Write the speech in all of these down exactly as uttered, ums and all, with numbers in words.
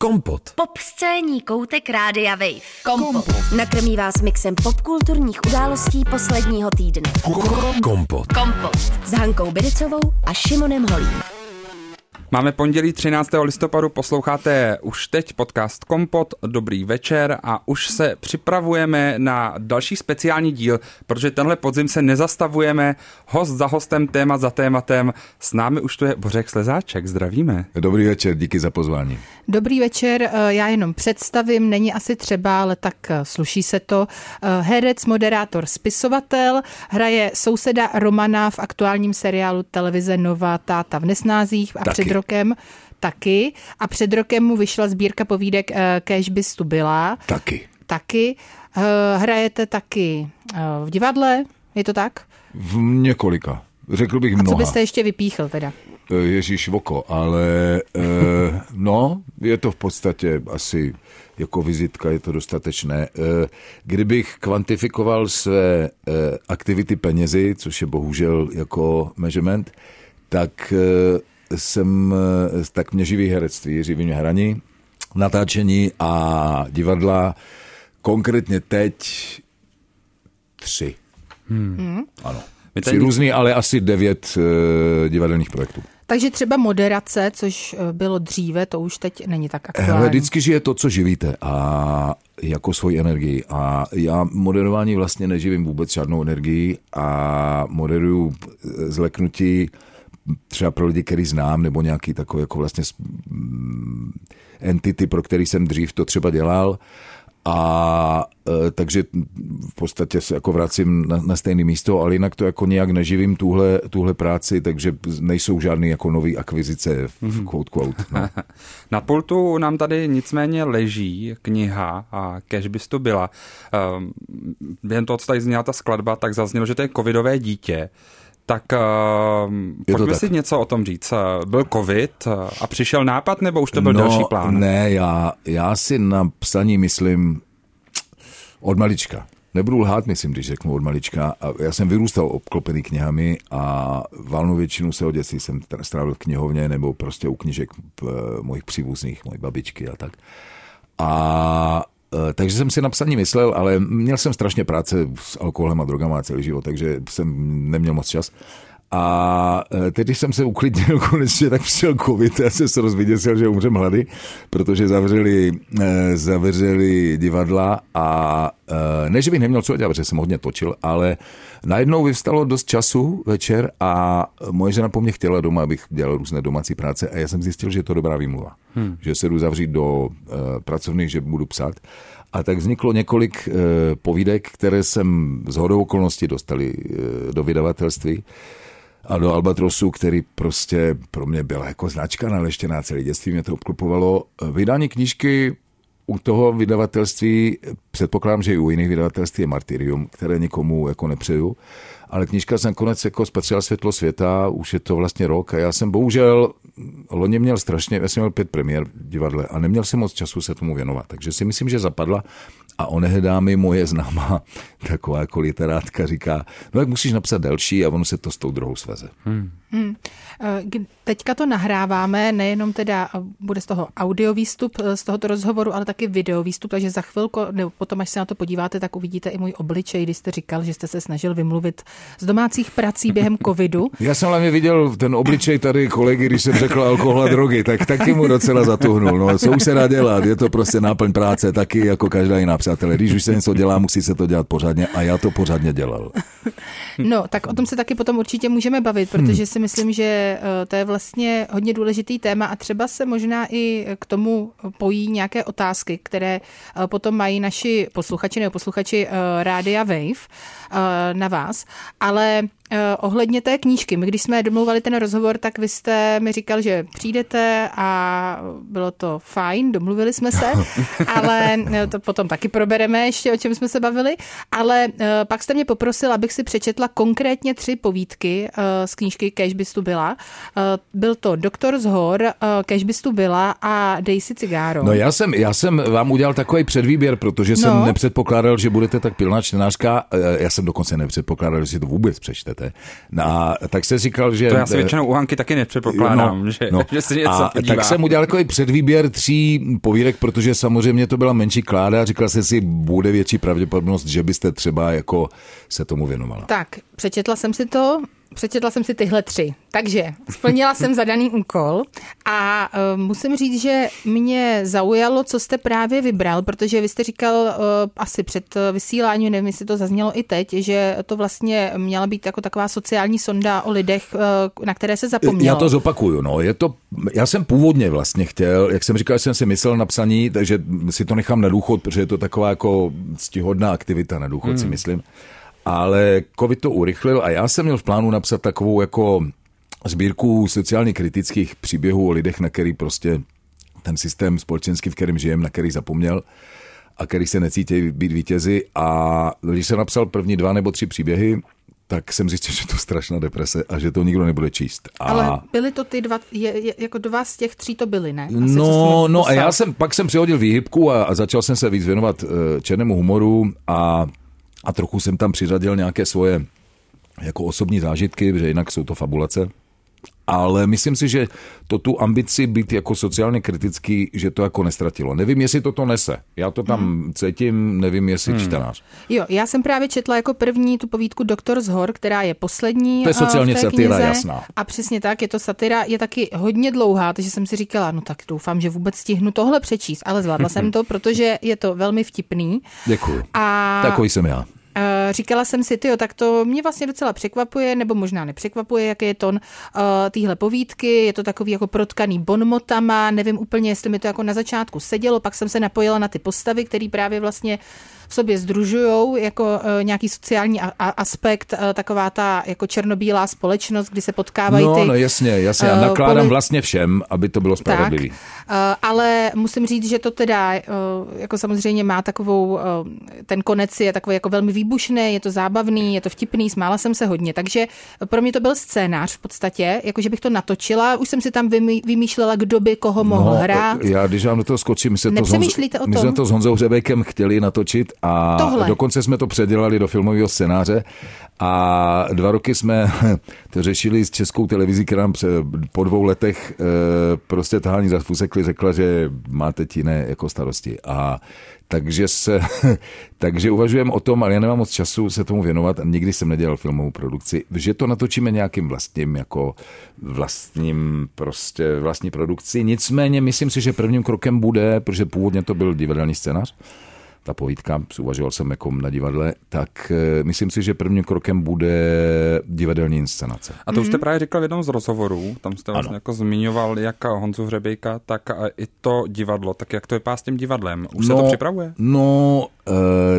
Kompot. Popscénní koutek Rádia Wave. Kompot. Nakrmí vás mixem popkulturních událostí posledního týdne. Kompot. Kompot. S Hankou Bidicovou a Šimonem Holím. Máme pondělí třináctého listopadu, posloucháte už teď podcast Kompot, dobrý večer a už se připravujeme na další speciální díl, protože tenhle podzim se nezastavujeme, host za hostem, téma za tématem. S námi už tu je Bořek Slezáček, zdravíme. Dobrý večer, díky za pozvání. Dobrý večer, já jenom představím, není asi třeba, ale tak sluší se to. Herec, moderátor, spisovatel, hraje souseda Romana v aktuálním seriálu televize Nova Táta v nesnázích a Taky. před rokem taky. A před rokem mu vyšla sbírka povídek Kéž bys tu byla. Taky. Taky. Hrajete taky v divadle, je to tak? V několika. Řekl bych mnoha. A co byste ještě vypíchl teda? Ježíš voko, ale eh, no, je to v podstatě asi jako vizitka, je to dostatečné. Eh, kdybych kvantifikoval své eh, aktivity penězi, což je bohužel jako measurement, tak eh, jsem, eh, tak mě živí herectví, živí mě hraní, natáčení a divadla. Konkrétně teď tři. Hmm. Ano. Tři různý, ale asi devět uh, divadelních projektů. Takže třeba moderace, což bylo dříve, to už teď není tak aktuální. Hele, vždycky žije to, co živíte a jako svoji energii. A já moderování vlastně neživím vůbec žádnou energii a moderuju zleknutí třeba pro lidi, který znám, nebo nějaký takový jako vlastně entity, pro který jsem dřív to třeba dělal. A e, takže v podstatě se jako vracím na, na stejné místo, ale jinak to jako nějak neživím tuhle, tuhle práci, takže nejsou žádné jako nový akvizice v quote quote. No. Na pultu nám tady nicméně leží kniha a Kéž bys tu byla. Během toho, co tady zněla ta skladba, tak zaznělo, že to je covidové dítě. Tak uh, pojďme tak. si něco o tom říct. Byl covid a přišel nápad, nebo už to byl no, další plán? Ne, já, já si na psaní myslím od malička. Nebudu lhát, myslím, když řeknu od malička. A já jsem vyrůstal obklopený knihami a valnou většinu svého dětství jsem strávil v knihovně nebo prostě u knížek mojich příbuzných, mojí babičky a tak. A takže jsem si na psaní myslel, ale měl jsem strašně práce s alkoholem a drogama celý život, takže jsem neměl moc čas. A teď, když jsem se uklidnil konečně, tak přišel covid a jsem se rozviděsil, že umřem hlady, protože zavřeli, zavřeli divadla a ne, že bych neměl co dělat, protože jsem hodně točil, ale najednou vyvstalo dost času večer a moje žena po mně chtěla doma, abych dělal různé domácí práce a já jsem zjistil, že je to dobrá výmluva. Hmm. Že se jdu zavřít do uh, pracovných, že budu psát. A tak vzniklo několik uh, povídek, které jsem shodou okolností dostali uh, do vydavatelství a do Albatrosu, který prostě pro mě byla jako značka naleštěná, celé dětství mě to obklopovalo. Vydání knížky u toho vydavatelství, předpokládám, že i u jiných vydavatelství je martyrium, které nikomu jako nepřeju, ale knížka se nakonec jako spatřila světlo světa, už je to vlastně rok a já jsem bohužel loni měl strašně, já jsem měl pět premiér v divadle a neměl jsem moc času se tomu věnovat, takže si myslím, že zapadla a onehedá mi moje známá taková jako literátka říká, no jak musíš napsat delší a ono se to s tou druhou sveze. Hmm. Hmm. Teďka to nahráváme, nejenom teda bude z toho audio výstup z tohoto rozhovoru, ale taky video výstup, takže za chvilku, nebo potom, až se na to podíváte, tak uvidíte i můj obličej, když jste říkal, že jste se snažil vymluvit z domácích prací během covidu. Já jsem hlavně viděl ten obličej tady kolegy, když jsem řekl alkohol a drogy, tak taky mu docela zatuhnul. No, co už se dá dělat, je to prostě náplň práce, taky jako každá jiná, přátelé. Když už se něco dělá, musí se to dělat pořádně a já to pořádně dělal. No, tak o tom se taky potom určitě můžeme bavit, protože si myslím, že to je vlastně hodně důležitý téma a třeba se možná i k tomu pojí nějaké otázky, které potom mají naši posluchači nebo posluchači Rádia Wave na vás, ale ohledně té knížky. My, když jsme domlouvali ten rozhovor, tak vy jste mi říkal, že přijdete a bylo to fajn, domluvili jsme se, ale to potom taky probereme ještě, o čem jsme se bavili, ale pak jste mě poprosil, abych si přečetla konkrétně tři povídky z knížky Kéž bys tu byla. Byl to Doktor z hor, Kéž bys tu byla a Dej si cigáro. No já jsem, já jsem vám udělal takový předvýběr, protože jsem no. nepředpokládal, že budete tak pilná čtenářka. Já jsem dokonce nepředpokládal, že si to vůbec přečtete. chápete? No a tak se říkal, že... To já si většinou u Hanky taky nepředpokládám, no, že, no. že si něco a podívá. Tak jsem udělal takový předvýběr tří povídek, protože samozřejmě to byla menší kláda, říkal jsem si, bude větší pravděpodobnost, že byste třeba jako se tomu věnovala. Tak, přečetla jsem si to, přečetla jsem si tyhle tři. Takže splnila jsem zadaný úkol a uh, musím říct, že mě zaujalo, co jste právě vybral, protože vy jste říkal uh, asi před vysíláním, nevím, jestli to zaznělo i teď, že to vlastně měla být jako taková sociální sonda o lidech, uh, na které se zapomnělo. Já to zopakuju, no, je to, já jsem původně vlastně chtěl, jak jsem říkal, jsem si myslel na psaní, takže si to nechám na důchod, protože je to taková jako ctihodná aktivita na důchod, hmm. si myslím. Ale covid to urychlil a já jsem měl v plánu napsat takovou jako sbírku sociálně kritických příběhů o lidech, na který prostě ten systém společenský, v kterém žijem, na který zapomněl a který se necítí být vítězi. A když jsem napsal první dva nebo tři příběhy, tak jsem zjistil, že to je strašná deprese a že to nikdo nebude číst. A... Ale byly to ty dva, je, je, jako dva z těch tří to byly, ne? Asi, no, no a já jsem, pak jsem přihodil výhybku a, a začal jsem se víc věnovat uh, černému humoru a A trochu jsem tam přiřadil nějaké svoje jako osobní zážitky, že jinak jsou to fabulace. Ale myslím si, že to tu ambici být jako sociálně kritický, že to jako nestratilo. Nevím, jestli to to nese. Já to tam hmm. cítím, nevím, jestli hmm. čtenář. Jo, já jsem právě četla jako první tu povídku Doktor z hor, která je poslední. To je sociálně satyra, jasná. A přesně tak, je to satyra, je taky hodně dlouhá, takže jsem si říkala, no tak doufám, že vůbec stihnu tohle přečíst, ale zvládla jsem to, protože je to velmi vtipný. Děkuju. A... Takový jsem já. Říkala jsem si, tyjo, tak to mě vlastně docela překvapuje, nebo možná nepřekvapuje, jaký je ton uh, téhle povídky, je to takový jako protkaný bonmotama, nevím úplně, jestli mi to jako na začátku sedělo, pak jsem se napojila na ty postavy, které právě vlastně v sobě sdružujou jako uh, nějaký sociální a, a aspekt, uh, taková ta jako černobílá společnost, kdy se potkávají no, ty... No jasně, jasně, já nakládám uh, poli... vlastně všem, aby to bylo spravedlivý. Tak, uh, ale musím říct, že to teda uh, jako samozřejmě má takovou, uh, ten konec je takový jako velmi výbušný, je to zábavný, je to vtipný, smála jsem se hodně, takže pro mě to byl scénář v podstatě, jakože bych to natočila, už jsem si tam vymý, vymýšlela, kdo by koho mohl no, hrát. Já, když vám do toho skočím, my, se to Honzo, my jsme to s Honzou Hřebejkem chtěli natočit a Tohle. dokonce jsme to předělali do filmového scénáře a dva roky jsme to řešili s Českou televizí, která nám po dvou letech prostě tahání za fusekli řekla, že máte jiné jako starosti a takže se, takže uvažujeme o tom, ale já nemám moc času se tomu věnovat a nikdy jsem nedělal filmovou produkci, že to natočíme nějakým vlastním, jako vlastním prostě vlastní produkci. Nicméně myslím si, že prvním krokem bude, protože původně to byl divadelní scénář, ta povídka, uvažoval jsem jako na divadle, tak myslím si, že prvním krokem bude divadelní inscenace. A to už jste právě říkal v jednom z rozhovorů, tam jste vlastně jako zmiňoval jak Honzu Hřebejka, tak i to divadlo. Tak jak to vypadá s tím divadlem? Už no, se to připravuje? No, uh,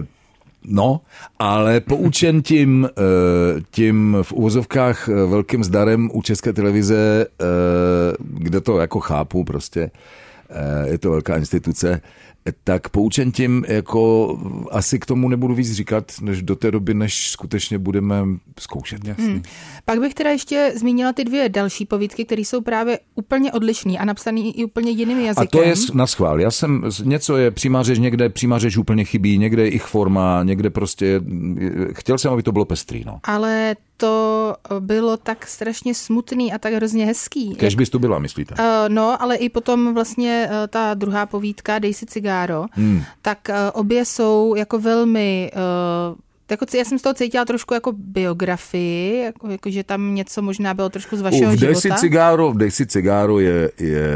no, ale poučen tím, uh, tím v uvozovkách velkým zdarem u České televize, uh, kde to jako chápu prostě, uh, je to velká instituce, tak poučen tím, jako asi k tomu nebudu víc říkat, než do té doby, než skutečně budeme zkoušet. Jasný. Hmm. Pak bych teda ještě zmínila ty dvě další povídky, které jsou právě úplně odlišné a napsané i úplně jiným jazykem. A to je na schvál. Já jsem, něco je přímá řeč, někde přímá řeč úplně chybí, někde je ich forma, někde prostě, chtěl jsem, aby to bylo pestrý. No. Ale to bylo tak strašně smutný a tak hrozně hezký. Kéž bys tu byla, myslíte? Uh, no, ale i potom vlastně uh, ta druhá povídka, Dej si cigáro, hmm. tak uh, obě jsou jako velmi... Uh, jako, já jsem z toho cítila trošku jako biografii, jako, jako že tam něco možná bylo trošku z vašeho uh, života. Dej si cigáro, Dej si cigáro je, je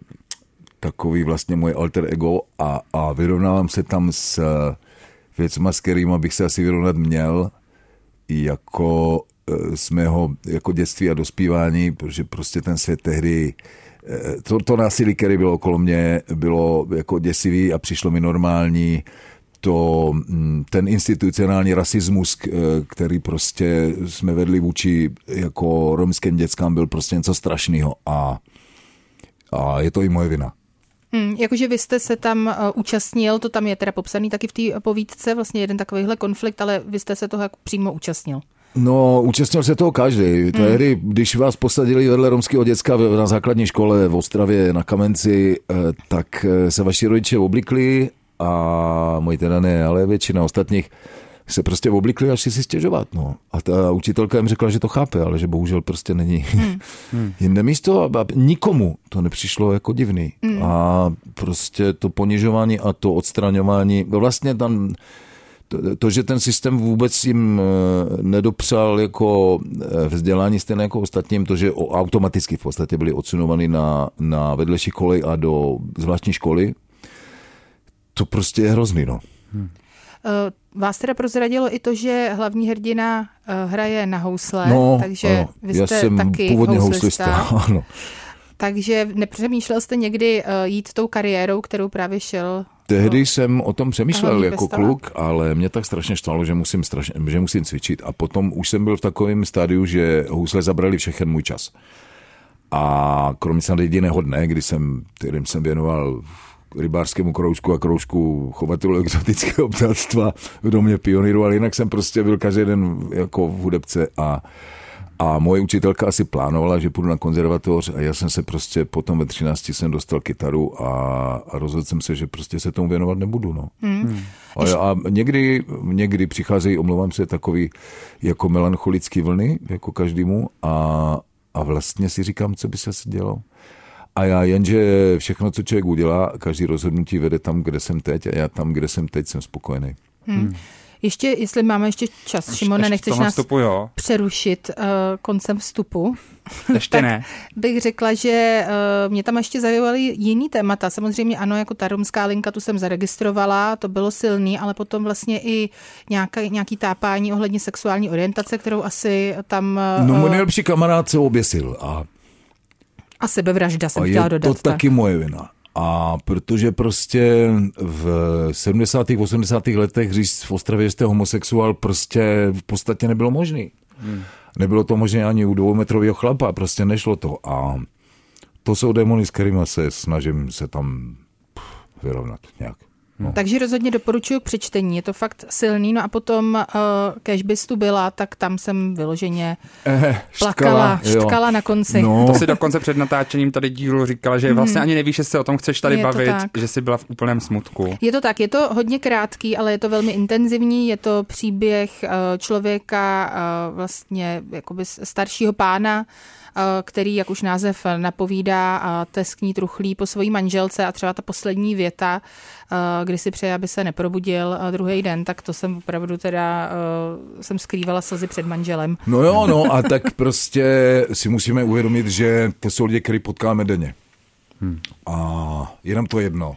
takový vlastně moje alter ego a, a vyrovnávám se tam s věcma, s kterýma bych se asi vyrovnat měl, jako z mého jako dětství a dospívání, protože prostě ten svět tehdy, to, to násilí, které bylo okolo mě, bylo jako děsivý a přišlo mi normální. To, ten institucionální rasismus, který prostě jsme vedli vůči jako romským dětskám, byl prostě něco strašného a, a je to i moje vina. Hmm, jakože vy jste se tam uh, účastnil, to tam je teda popsaný taky v té povídce, vlastně jeden takovýhle konflikt, ale vy jste se toho jako přímo účastnil. No, účastnil se toho každý. Hmm. Tehdy, když vás posadili vedle romského děcka na základní škole v Ostravě na Kamenci, tak se vaši rodiče oblikli a moji teda ne, ale většina ostatních se prostě oblikli a šli si stěžovat. No. A ta učitelka jim řekla, že to chápe, ale že bohužel prostě není hmm. jinde místo. A nikomu to nepřišlo jako divný. Hmm. A prostě to ponižování a to odstraňování, vlastně tam to, to, že ten systém vůbec jim nedopřál jako vzdělání stejné jako ostatním, to, že automaticky v podstatě byli odsunováni na, na vedlejší kolej a do zvláštní školy, to prostě je hrozný, no. Hmm. Vás teda prozradilo i to, že hlavní hrdina hraje na housle, no, takže ano. vy jste Já jsem taky původně houslista. houslista, ano. Takže nepřemýšlel jste někdy jít tou kariérou, kterou právě šel? Tehdy do... jsem o tom přemýšlel jako pestala. kluk, ale mě tak strašně štvalo, že musím, strašně, že musím cvičit. A potom už jsem byl v takovém stádiu, že housle zabrali všechen můj čas. A kromě snad jediného dne, kdy jsem, kterým jsem věnoval rybářskému kroužku a kroužku chovatelů exotického ptáctva v domě pionýru, ale jinak jsem prostě byl každý den jako v hudebce a, a moje učitelka asi plánovala, že půjdu na konzervatoř a já jsem se prostě potom ve třinácti jsem dostal kytaru a, a rozhodl jsem se, že prostě se tomu věnovat nebudu. No. Hmm. A, a někdy, někdy přicházejí, omlouvám se, takový jako melancholický vlny, jako každému a, a vlastně si říkám, co by se asi dělalo. A já jenže všechno, co člověk udělá, každý rozhodnutí vede tam, kde jsem teď a já tam, kde jsem teď, jsem spokojený. Hmm. Ještě, jestli máme ještě čas, ještě, Šimone, nechceš nás vstupu, jo. přerušit uh, koncem vstupu? Ještě tak ne. bych řekla, že uh, mě tam ještě zajímaly jiný témata. Samozřejmě ano, jako ta romská linka, tu jsem zaregistrovala, to bylo silný, ale potom vlastně i nějaká, nějaký tápání ohledně sexuální orientace, kterou asi tam... Uh, no můj nejlepší kamarád se oběsil a A sebevražda jsem a chtěla je dodat. to taky moje vina. A protože prostě v sedmdesátých osmdesátých letech říct v Ostravě, že jste homosexuál, prostě v podstatě nebylo možný. Hmm. Nebylo to možné ani u dvoumetrového chlapa, prostě nešlo to. A to jsou démony, s kterými se snažím se tam vyrovnat nějak. No. Takže rozhodně doporučuji k přečtení, je to fakt silný. No a potom, uh, kež bys tu byla, tak tam jsem vyloženě eh, plakala, štkala, štkala na konci. No. To si dokonce před natáčením tady dílu říkala, že vlastně ani nevíš, že se o tom chceš tady je bavit, že jsi byla v úplném smutku. Je to tak, je to hodně krátký, ale je to velmi intenzivní, je to příběh uh, člověka, uh, vlastně jakoby staršího pána, který, jak už název napovídá, teskní truchlí po svojí manželce a třeba ta poslední věta, kdy si přeje, aby se neprobudil druhý den, tak to jsem opravdu teda, jsem skrývala slzy před manželem. No jo, no a tak prostě si musíme uvědomit, že to jsou lidi, který potkáme denně. Hmm. A je nám to jedno.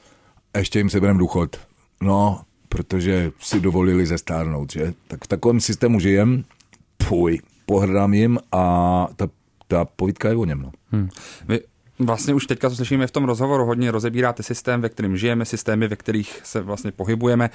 A ještě jim sebereme důchod. No, protože si dovolili zestárnout, že? Tak v takovém systému žijem, půj, pohrdám jim a ta ta povídka je o něm. No. Hmm. Vy vlastně už teďka, co slyšíme v tom rozhovoru, hodně rozebíráte systém, ve kterém žijeme, systémy, ve kterých se vlastně pohybujeme.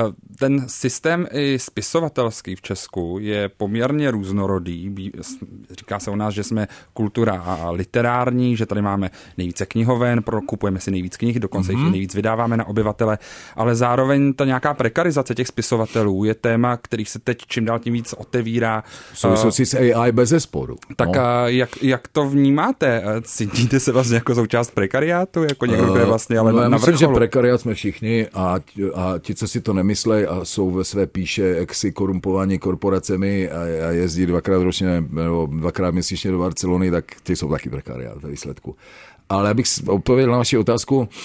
Ten systém i spisovatelský v Česku je poměrně různorodý. Říká se o nás, že jsme kultura literární, že tady máme nejvíce knihoven, prokupujeme si nejvíc knih, dokonce mm-hmm. jich nejvíc vydáváme na obyvatele, ale zároveň ta nějaká prekarizace těch spisovatelů je téma, který se teď čím dál tím víc otevírá. V souvislosti s A I bez zesporu. Tak no. jak, jak to vnímáte? Cítíte se vlastně jako součást prekariátu, jako někdo, kdo je vlastně ale no, na, já na myslím, vrcholu. že prekariát jsme všichni a, a ti, co si to nemyslejí a jsou ve své píše exi korumpovaní korporacemi a, a jezdí dvakrát ročně nebo dvakrát měsíčně do Barcelony, tak ti jsou taky prekariát ve výsledku. Ale abych odpověděl na vaši otázku, uh,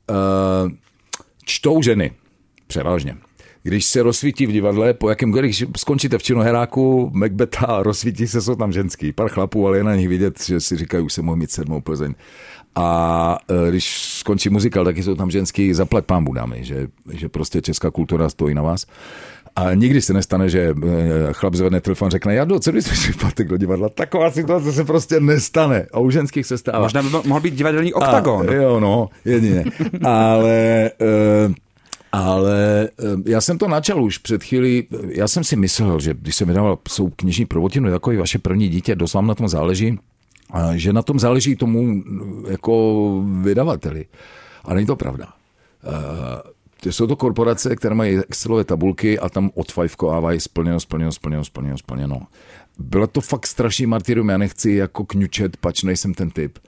čtou ženy, převážně. Když se rozsvítí v divadle, po jakém, když skončíte v Činoheráku, Macbetha, rozsvítí se, jsou tam ženský, pár chlapů, ale je na nich vidět, že si říkají, už se mohl mít sedmou Plzeň. A když skončí muzikál, taky jsou tam ženský, zaplať pánbu dámy, že, že prostě česká kultura stojí na vás. A nikdy se nestane, že chlap zvedne telefon a řekne, já do co jsi šli pátek do divadla. Taková situace se prostě nestane. A u ženských se stává. Možná by mohl být divadelní oktagon. A, jo, no, jedině. Ale... Uh, Ale já jsem to načal už před chvílí, já jsem si myslel, že když jsem vydával svou knižní prvotinu, jako i vaše první dítě, dost vám na tom záleží, že na tom záleží tomu jako vydavateli. A není to pravda. Jsou to korporace, které mají excelové tabulky a tam odfajfkovávají splněno, splněno, splněno, splněno, splněno. Bylo to fakt strašný martyrium, já nechci jako kňučet, pač nejsem ten typ.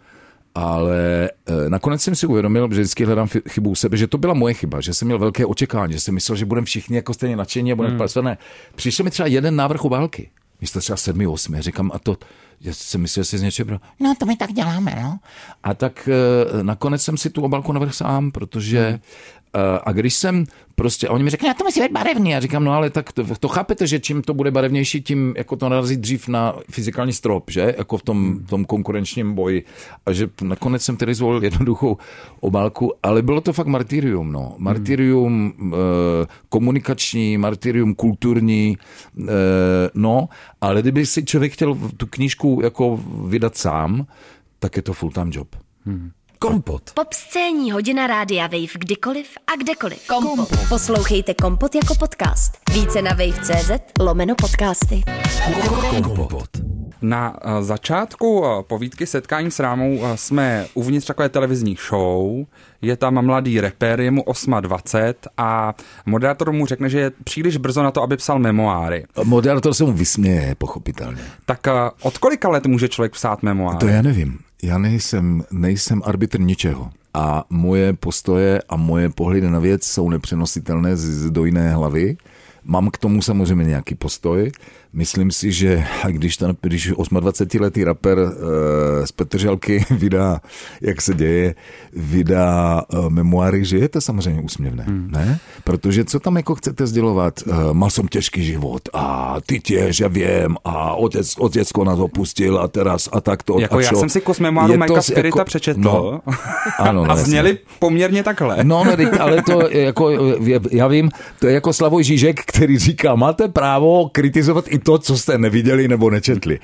ale e, nakonec jsem si uvědomil, že vždycky hledám chybu u sebe, že to byla moje chyba, že jsem měl velké očekávání, že jsem myslel, že budeme všichni jako stejně nadšení a budeme hmm. pasované. Přišel mi třeba jeden návrh obálky, místo třeba sedmi, osmi, říkám, a to, já jsem myslel, že si z něčeho bral. No to my tak děláme, no. A tak e, nakonec jsem si tu obálku navrhl sám, protože hmm. a když jsem prostě, a oni mi řekli, já to musí být barevný. Já říkám, no ale tak to, to chápete, že čím to bude barevnější, tím jako to narazí dřív na fyzikální strop, že? Jako v tom, tom konkurenčním boji. A že nakonec jsem tedy zvolil jednoduchou obálku, ale bylo to fakt martyrium, no. Martyrium hmm. eh, komunikační, martyrium kulturní, eh, no, ale kdyby si člověk chtěl tu knížku jako vydat sám, tak je to full time job. Hmm. Kompot. Popscénní hodina Rádia Wave kdykoliv a kdekoliv. Kompot. Poslouchejte Kompot jako podcast. Více na wave tečka cé zet lomeno podcasty. Kompot. Na začátku povídky Setkání s Rámou jsme uvnitř takové televizní show. Je tam mladý rapper, je mu dvacet osm a moderátor mu řekne, že je příliš brzo na to, aby psal memoáry. Moderátor se mu vysměje, pochopitelně. Tak od kolika let může člověk psát memoáry? To já nevím. Já nejsem, nejsem arbitr ničeho. A moje postoje a moje pohledy na věc jsou nepřenositelné z, do jiné hlavy. Mám k tomu samozřejmě nějaký postoj. Myslím si, že když, ten, když dvacetiosmiletý rapper uh, z Petržalky vydá, jak se děje, vydá uh, memoáry, že je to samozřejmě úsměvné, hmm. ne? Protože co tam jako chcete sdělovat? Uh, mal jsem těžký život a ty těž, já vím, a otec, otecko nás opustil a teraz a tak to. Jako a já jsem si kus memoáru Majka Spirita jako, přečetl no, ano, no, a zněli poměrně takhle. No, no, ale to jako, já vím, to je jako Slavoj Žižek, který říká, máte právo kritizovat i to, co jste neviděli nebo nečetli.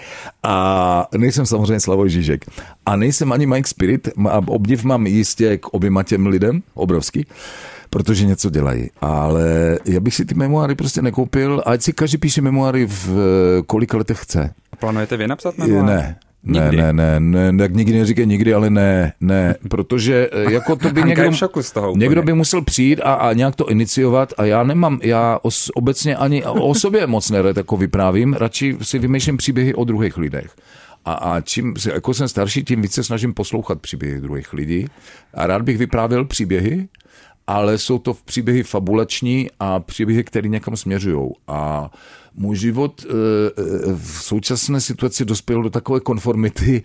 A nejsem samozřejmě Slavoj Žižek. A nejsem ani Mike Spirit. A obdiv mám jistě k oběma těm lidem, obrovský, protože něco dělají. Ale já bych si ty memoáry prostě nekoupil, ať si každý píše memoáry v kolika letech chce. A plánujete vy napsat memoáry? Ne. Ne, ne, ne, ne, tak nikdy neříkej nikdy, ale ne, ne, protože jako to by někdo, někdo by musel přijít a, a nějak to iniciovat a já nemám, já os, obecně ani o sobě moc nerad jako vyprávím, radši si vymýšlím příběhy o druhých lidech. A, a čím jako jsem starší, tím více snažím poslouchat příběhy druhých lidí a rád bych vyprávěl příběhy, ale jsou to příběhy fabulační a příběhy, které někam směřují. A můj život v současné situaci dospěl do takové konformity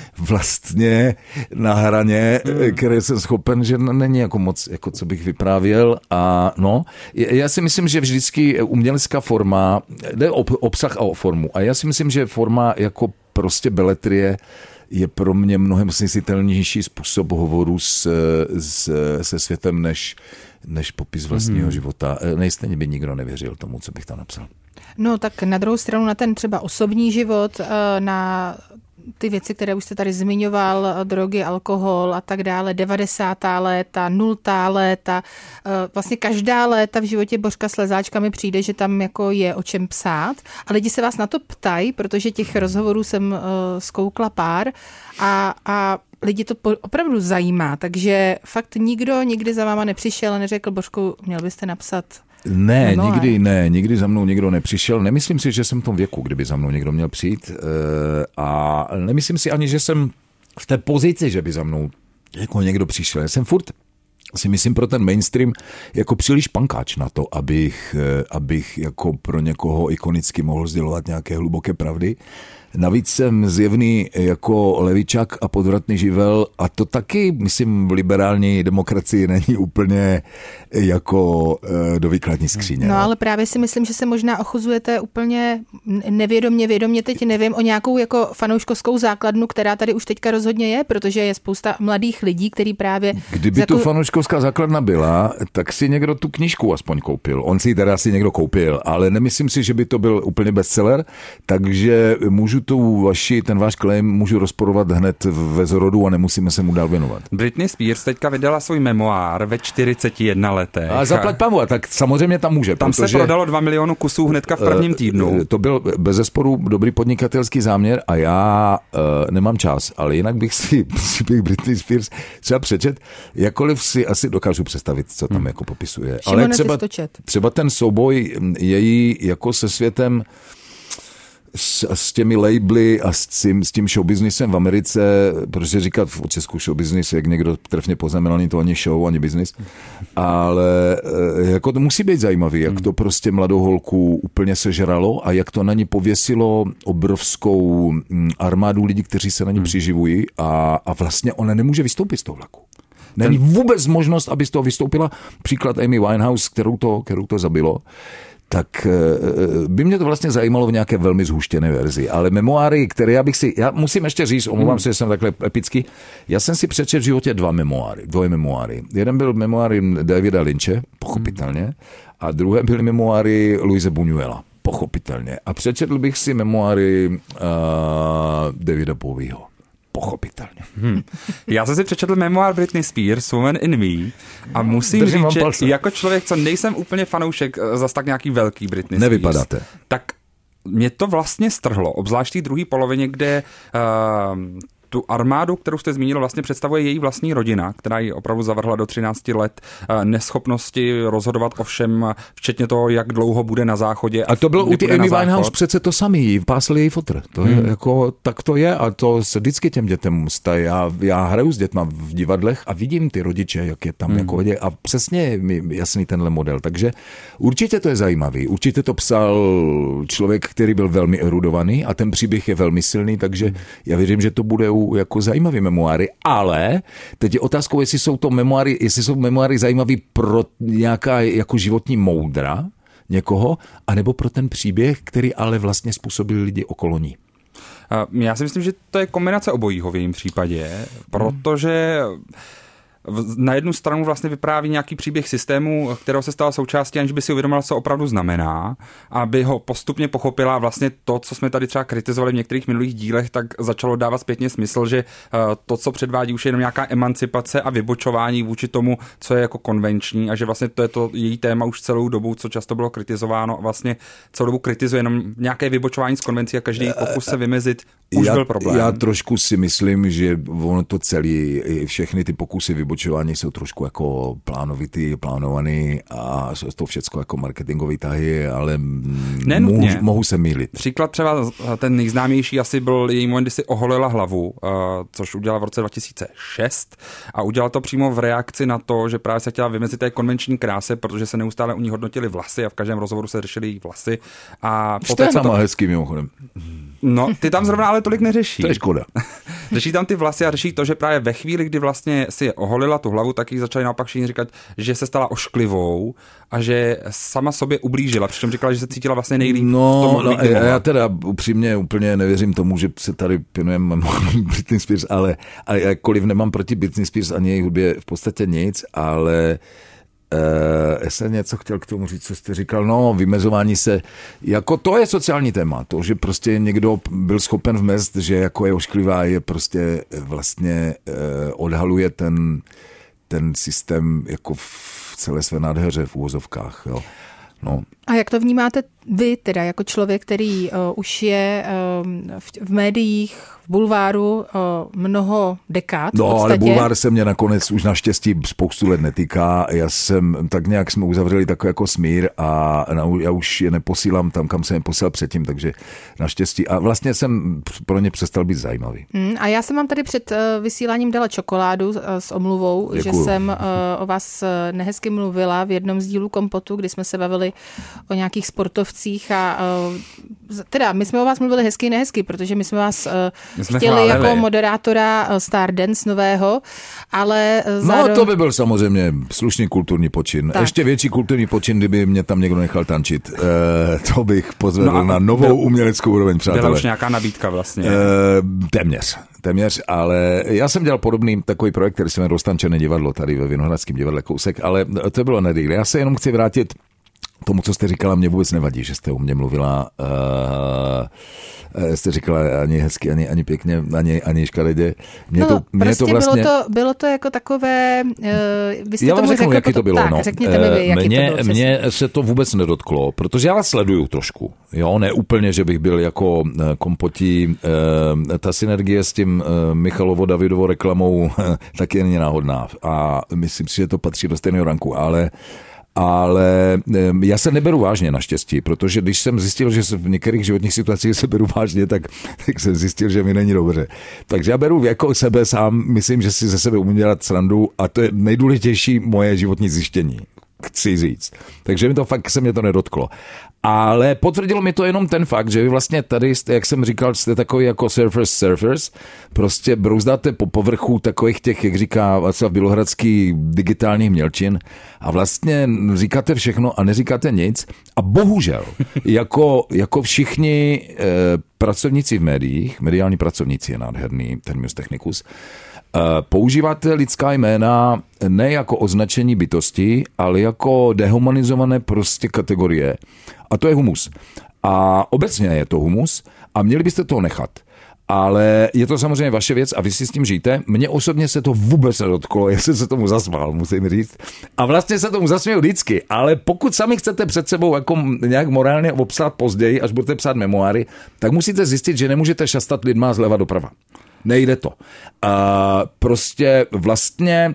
vlastně na hraně, mm. které jsem schopen, že není jako moc, jako co bych vyprávěl. A no, já si myslím, že vždycky umělecká forma, jde o obsah a o formu. A já si myslím, že forma jako prostě beletrie je pro mě mnohem snesitelnější způsob hovoru s, s, se světem, než, než popis vlastního mm. života. Nejstejně by nikdo nevěřil tomu, co bych tam napsal. No tak na druhou stranu na ten třeba osobní život, na ty věci, které už jste tady zmiňoval, drogy, alkohol a tak dále, devadesátá léta, nultá léta, vlastně každá léta v životě Bořka Slezáčka mi přijde, že tam jako je o čem psát a lidi se vás na to ptají, protože těch rozhovorů jsem zkoukla pár a, a lidi to opravdu zajímá, takže fakt nikdo nikdy za váma nepřišel a neřekl, Bořku, měl byste napsat. Ne, no, nikdy ne, nikdy za mnou nikdo nepřišel. Nemyslím si, že jsem v tom věku, kdyby za mnou někdo měl přijít. A nemyslím si ani, že jsem v té pozici, že by za mnou jako někdo přišel. Já jsem furt, si myslím, pro ten mainstream jako příliš pankáč na to, abych, abych jako pro někoho ikonicky mohl sdělovat nějaké hluboké pravdy. Navíc jsem zjevný jako levičák a podvratný živel a to taky, myslím, v liberální demokracii není úplně jako do výkladní skříně. No ale právě si myslím, že se možná ochuzujete úplně nevědomě, vědomě teď nevím o nějakou jako fanouškovskou základnu, která tady už teďka rozhodně je, protože je spousta mladých lidí, který právě... Kdyby jako... tu fanouškovská základna byla, tak si někdo tu knížku aspoň koupil. On si ji teda asi někdo koupil, ale nemyslím si, že by to byl úplně bestseller, takže můžu tu vaši, ten váš claim můžu rozporovat hned ve zrodu a nemusíme se mu dál věnovat. Britney Spears teďka vydala svůj memoár ve čtyřiceti jedné letech. A zaplať pavu, tak samozřejmě tam může. Tam protože, se prodalo dva miliony kusů hnedka v prvním týdnu. To byl bezesporu dobrý podnikatelský záměr a já uh, nemám čas, ale jinak bych si příběh Britney Spears třeba přečet, jakkoliv si asi dokážu představit, co tam hmm. jako popisuje. Šimone, ale třeba, třeba ten souboj její jako se světem s, s těmi labely a s tím, s tím showbiznisem v Americe, protože říkat v Česku showbiznis, jak někdo trefně poznamenal, není to ani show, ani business, ale jako to musí být zajímavý, jak to prostě mladou holku úplně sežralo a jak to na ní pověsilo obrovskou armádu lidí, kteří se na ní přiživují a, a vlastně ona nemůže vystoupit z toho vlaku. Není vůbec možnost, aby z toho vystoupila. Příklad Amy Winehouse, kterou to, kterou to zabilo. Tak by mě to vlastně zajímalo v nějaké velmi zhuštěné verzi. Ale memoáry, které já bych si... Já musím ještě říct, omlouvám hmm. se, že jsem takhle epický. Já jsem si přečetl v životě dva memoáry, dvoje memoáry. Jeden byl memoáry Davida Lynche, pochopitelně, hmm. a druhé byly memoáry Luise Buñuela, pochopitelně. A přečetl bych si memoáry uh, Davida Bowieho. Pochopitelně. Hmm. Já jsem si přečetl memoár Britney Spears, Woman in Me, a musím Držím říct, že palce. jako člověk, co nejsem úplně fanoušek zas tak nějaký velký Britney Spears. Nevypadáte. Tak mě to vlastně strhlo, obzvlášť v druhé polovině, kde uh, tu armádu, kterou jste zmínil, vlastně představuje její vlastní rodina, která ji opravdu zavrhla do třinácti let neschopnosti rozhodovat o všem, včetně toho, jak dlouho bude na záchodě. A to bylo u ty Amy Winehouse přece to samý, pásl její fotr. To je, hmm. jako, tak to je a to se vždycky těm dětem staje. Já, já hraju s dětma v divadlech a vidím ty rodiče, jak je tam hmm. jako hodě a přesně je mi jasný tenhle model. Takže určitě to je zajímavý. Určitě to psal člověk, který byl velmi erudovaný a ten příběh je velmi silný, takže hmm. já věřím, že to bude jako zajímavý memoáry, ale teď je otázkou, jestli jsou to memoáry, jestli jsou memoáry zajímavý pro nějaká jako životní moudra někoho, anebo pro ten příběh, který ale vlastně způsobil lidi okolo ní. Já si myslím, že to je kombinace obojího v jejím případě, protože na jednu stranu vlastně vypráví nějaký příběh systému, kterého se stala součástí, aniž by si uvědomila, co opravdu znamená, aby ho postupně pochopila. Vlastně to, co jsme tady třeba kritizovali v některých minulých dílech, tak začalo dávat zpětně smysl, že to, co předvádí, už je jenom nějaká emancipace a vybočování vůči tomu, co je jako konvenční, a že vlastně to je to její téma už celou dobu, co často bylo kritizováno, a vlastně celou dobu kritizuje jenom nějaké vybočování z konvencí a každý pokus se vymezit už já, byl problém. Já trošku si myslím, že ono to celý, všechny ty pokusy vybočování jsou trošku jako plánovitý, plánovaný a to všecko jako marketingový tahy, ale mohu, mohu se mýlit. Příklad třeba ten nejznámější asi byl její moment, kdy si oholila hlavu, což udělala v roce dva tisíce šest a udělala to přímo v reakci na to, že právě se chtěla vymezit té konvenční kráse, protože se neustále u ní hodnotily vlasy a v každém rozhovoru se řešily její vlasy. A poté, co to... hezký mimochodem. No, ty tam zrovna ale tolik neřeší. To je škoda. Řeší tam ty vlasy a řeší to, že právě ve chvíli, kdy vlastně si oholila tu hlavu, tak jí začali naopak všichni říkat, že se stala ošklivou a že sama sobě ublížila, přičem říkala, že se cítila vlastně nejlíp. No, v tom, no já, já teda upřímně úplně nevěřím tomu, že se tady pinujeme Britney Spears, ale, ale jakkoliv nemám proti Britney Spears ani její hudbě v podstatě nic, ale Uh, já jsem něco chtěl k tomu říct, co jste říkal, no vymezování se, jako to je sociální téma, to, že prostě někdo byl schopen vmést, že jako je ošklivá, je prostě vlastně uh, odhaluje ten, ten systém jako v celé své nádheře v úvozovkách, jo. No. A jak to vnímáte vy teda jako člověk, který uh, už je uh, v, v médiích, v bulváru uh, mnoho dekád? No, ale bulvár se mě nakonec už naštěstí spoustu let netýká. Já jsem, tak nějak jsme uzavřeli takový jako smír a na, já už je neposílám tam, kam jsem je posílal předtím, takže naštěstí. A vlastně jsem pro ně přestal být zajímavý. Hmm, a já jsem vám tady před uh, vysíláním dala čokoládu uh, s omluvou, Děkuju. že jsem uh, o vás nehezky mluvila v jednom z dílů Kompotu, kdy jsme se bavili o nějakých sportovcích a uh, teda my jsme o vás mluvili hezky i nehezky, protože my jsme vás uh, jsme chtěli chválili. Jako moderátora uh, Stardance nového, ale uh, zároveň... No to by byl samozřejmě slušný kulturní počin. Tak. Ještě větší kulturní počin, kdyby mě tam někdo nechal tančit. Uh, to bych pozvedl no na novou byl, uměleckou úroveň, přátelé. Byla už nějaká nabídka vlastně. Uh, téměř. Téměř, ale já jsem dělal podobný takový projekt, který se jmenuje Stančené divadlo tady ve Vinohradském divadle kousek, ale to bylo nedýle. Já se jenom chci vrátit tomu, co jste říkala, mě vůbec nevadí, že jste u mě mluvila, uh, jste říkala ani hezky, ani, ani pěkně, ani, ani škaredě. Mě no, to, mě prostě to vlastně... bylo, to, bylo to jako takové... Uh, vy jste já vám tomu řeknu, řekl, jaký to bylo. Tak, no. řekněte mi vy, jaký mě, to bylo. Mně se to vůbec nedotklo, protože já vás sleduju trošku. Jo, ne úplně, že bych byl jako kompotí. Uh, ta synergie s tím uh, Michalovo-Davidovo reklamou taky není náhodná. A myslím si, že to patří do stejného ranku, ale Ale já se neberu vážně naštěstí, protože když jsem zjistil, že se v některých životních situacích se beru vážně, tak, tak jsem zjistil, že mi není dobře. Takže já beru jako sebe sám, myslím, že si ze sebe umím dělat srandu a to je nejdůležitější moje životní zjištění, chci říct. Takže mi to fakt se mě to nedotklo. Ale potvrdilo mi to jenom ten fakt, že vy vlastně tady jste, jak jsem říkal, jste takový jako surfers surfers, prostě brouzdáte po povrchu takových těch, jak říká Václav Bělohradský, digitálních mělčin a vlastně říkáte všechno a neříkáte nic a bohužel, jako, jako všichni eh, pracovníci v médiích, mediální pracovníci je nádherný terminus technicus, používáte lidská jména ne jako označení bytosti, ale jako dehumanizované prostě kategorie. A to je humus. A obecně je to humus a měli byste to nechat. Ale je to samozřejmě vaše věc a vy si s tím žijete. Mně osobně se to vůbec nedotklo, já jsem se tomu zasmál, musím říct. A vlastně se tomu zasměju vždycky, ale pokud sami chcete před sebou jako nějak morálně obsat později, až budete psát memoáry, tak musíte zjistit, že nemůžete šastat lidma zleva doprava. Nejde to. A prostě vlastně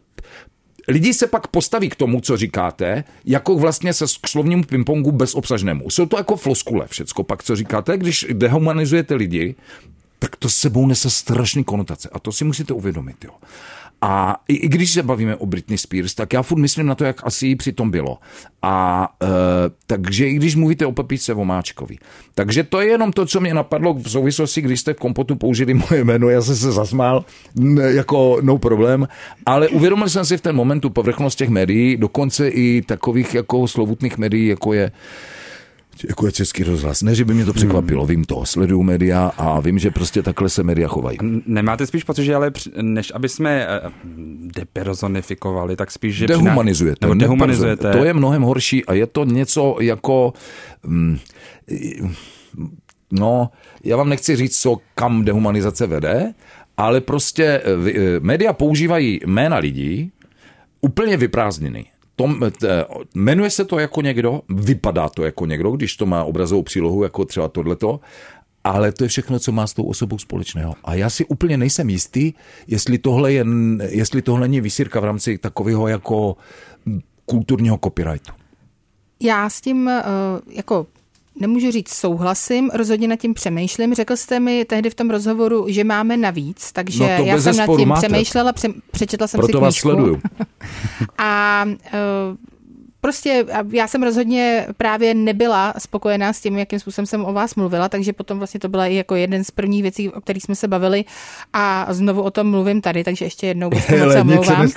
lidi se pak postaví k tomu, co říkáte, jako vlastně se k slovnímu pingpongu bezobsažnému. Jsou to jako floskule všecko pak, co říkáte, když dehumanizujete lidi, tak to s sebou nese strašný konotace. A to si musíte uvědomit, jo. A i, i když se bavíme o Britney Spears, tak já furt myslím na to, jak asi jí přitom bylo. A e, takže i když mluvíte o Pepíčce Vomáčkovi. Takže to je jenom to, co mě napadlo v souvislosti, když jste v Kompotu použili moje jméno, já jsem se zasmál, jako no problém, ale uvědomil jsem si v ten moment tu povrchnost těch médií, dokonce i takových jako slovutných médií, jako je jako je Český rozhlas. Ne, že by mě to překvapilo, vím to, sleduju média a vím, že prostě takhle se média chovají. Nemáte spíš pocit, že ale než aby jsme depersonifikovali, tak spíš, že... Dehumanizujete. Nebo dehumanizujete. To je mnohem horší a je to něco jako... No, já vám nechci říct, co kam dehumanizace vede, ale prostě média používají jména lidí úplně vyprázdněný. Tom, t, jmenuje se to jako někdo, vypadá to jako někdo, když to má obrazovou přílohu, jako třeba tohleto, ale to je všechno, co má s tou osobou společného. A já si úplně nejsem jistý, jestli tohle je, jestli tohle není vysírka v rámci takového jako kulturního copyrightu. Já s tím jako nemůžu říct souhlasím, rozhodně nad tím přemýšlím. Řekl jste mi tehdy v tom rozhovoru, že máme navíc, takže no já jsem nad tím máte. přemýšlela, pře- přečetla jsem Proto si knížku. Proto vás sleduju. A uh, prostě já jsem rozhodně právě nebyla spokojená s tím, jakým způsobem jsem o vás mluvila, takže potom vlastně to byla i jako jeden z prvních věcí, o kterých jsme se bavili a znovu o tom mluvím tady, takže ještě jednou moc se omlouvám.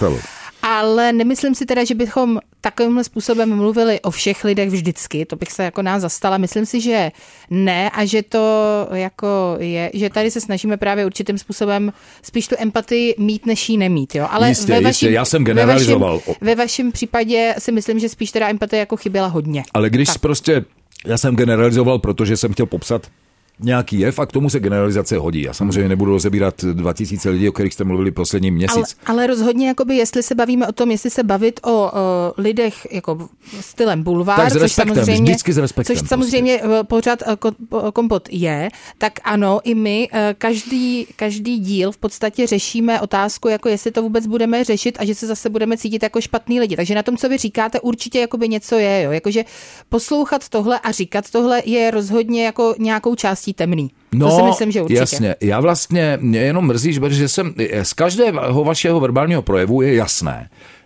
Ale nemyslím si teda, že bychom takovýmhle způsobem mluvili o všech lidech vždycky, to bych se jako nás zastala. Myslím si, že ne a že to jako je, že tady se snažíme právě určitým způsobem spíš tu empatii mít, než jí nemít. Jo? Ale jistě, ve vašim, jistě, já jsem generalizoval. Ve vašem, ve vašem případě si myslím, že spíš teda empatie jako chyběla hodně. Ale když tak. prostě, já jsem generalizoval, protože jsem chtěl popsat nějaký jev a k tomu se generalizace hodí. Já samozřejmě nebudu rozebírat dva tisíce lidí, o kterých jste mluvili poslední měsíc. Ale, ale rozhodně, jakoby, jestli se bavíme o tom, jestli se bavit o, o lidech jako stylem bulvár, tak s což respektem, samozřejmě, vždycky s respektem, což samozřejmě prostě. Pořád Kompot je, tak ano, i my každý, každý díl v podstatě řešíme otázku, jako jestli to vůbec budeme řešit a že se zase budeme cítit jako špatný lidi. Takže na tom, co vy říkáte, určitě jakoby něco je. Jo? Jakože poslouchat tohle a říkat tohle je rozhodně jako nějakou částí temný. No, to si myslím, že určitě. Jasně. Já vlastně, mě jenom mrzí, že jsem, z každého vašeho verbálního projevu je jasné,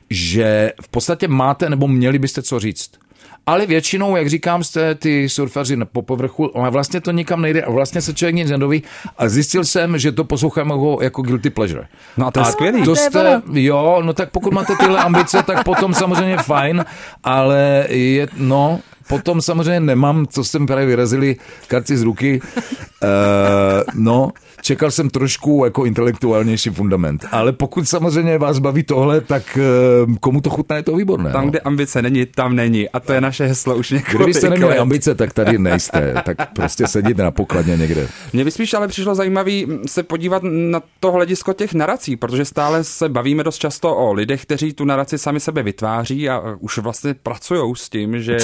že v podstatě máte nebo měli byste co říct. Ale většinou, jak říkám, jste ty surfaři po povrchu, ale vlastně to nikam nejde a vlastně se člověk nic nedoví a zjistil jsem, že to poslouchám jako, jako guilty pleasure. No a to je skvělý. To jste, jo, no tak pokud máte tyhle ambice, tak potom samozřejmě fajn, ale je, no... Potom samozřejmě nemám, co jsem právě vyrazili karty z ruky. E, no, čekal jsem trošku jako intelektuálnější fundament. Ale pokud samozřejmě vás baví tohle, tak komu to chutná, je to výborné. Tam, no. kde ambice není, tam není. A to je naše heslo už několik. Kdybyste neměli ambice, tak tady nejste. Tak prostě sedíte na pokladně někde. Mně by spíš ale přišlo zajímavý se podívat na to hledisko těch narací, protože stále se bavíme dost často o lidech, kteří tu naraci sami sebe vytváří a už vlastně pracujou s tím, že... Co myslíte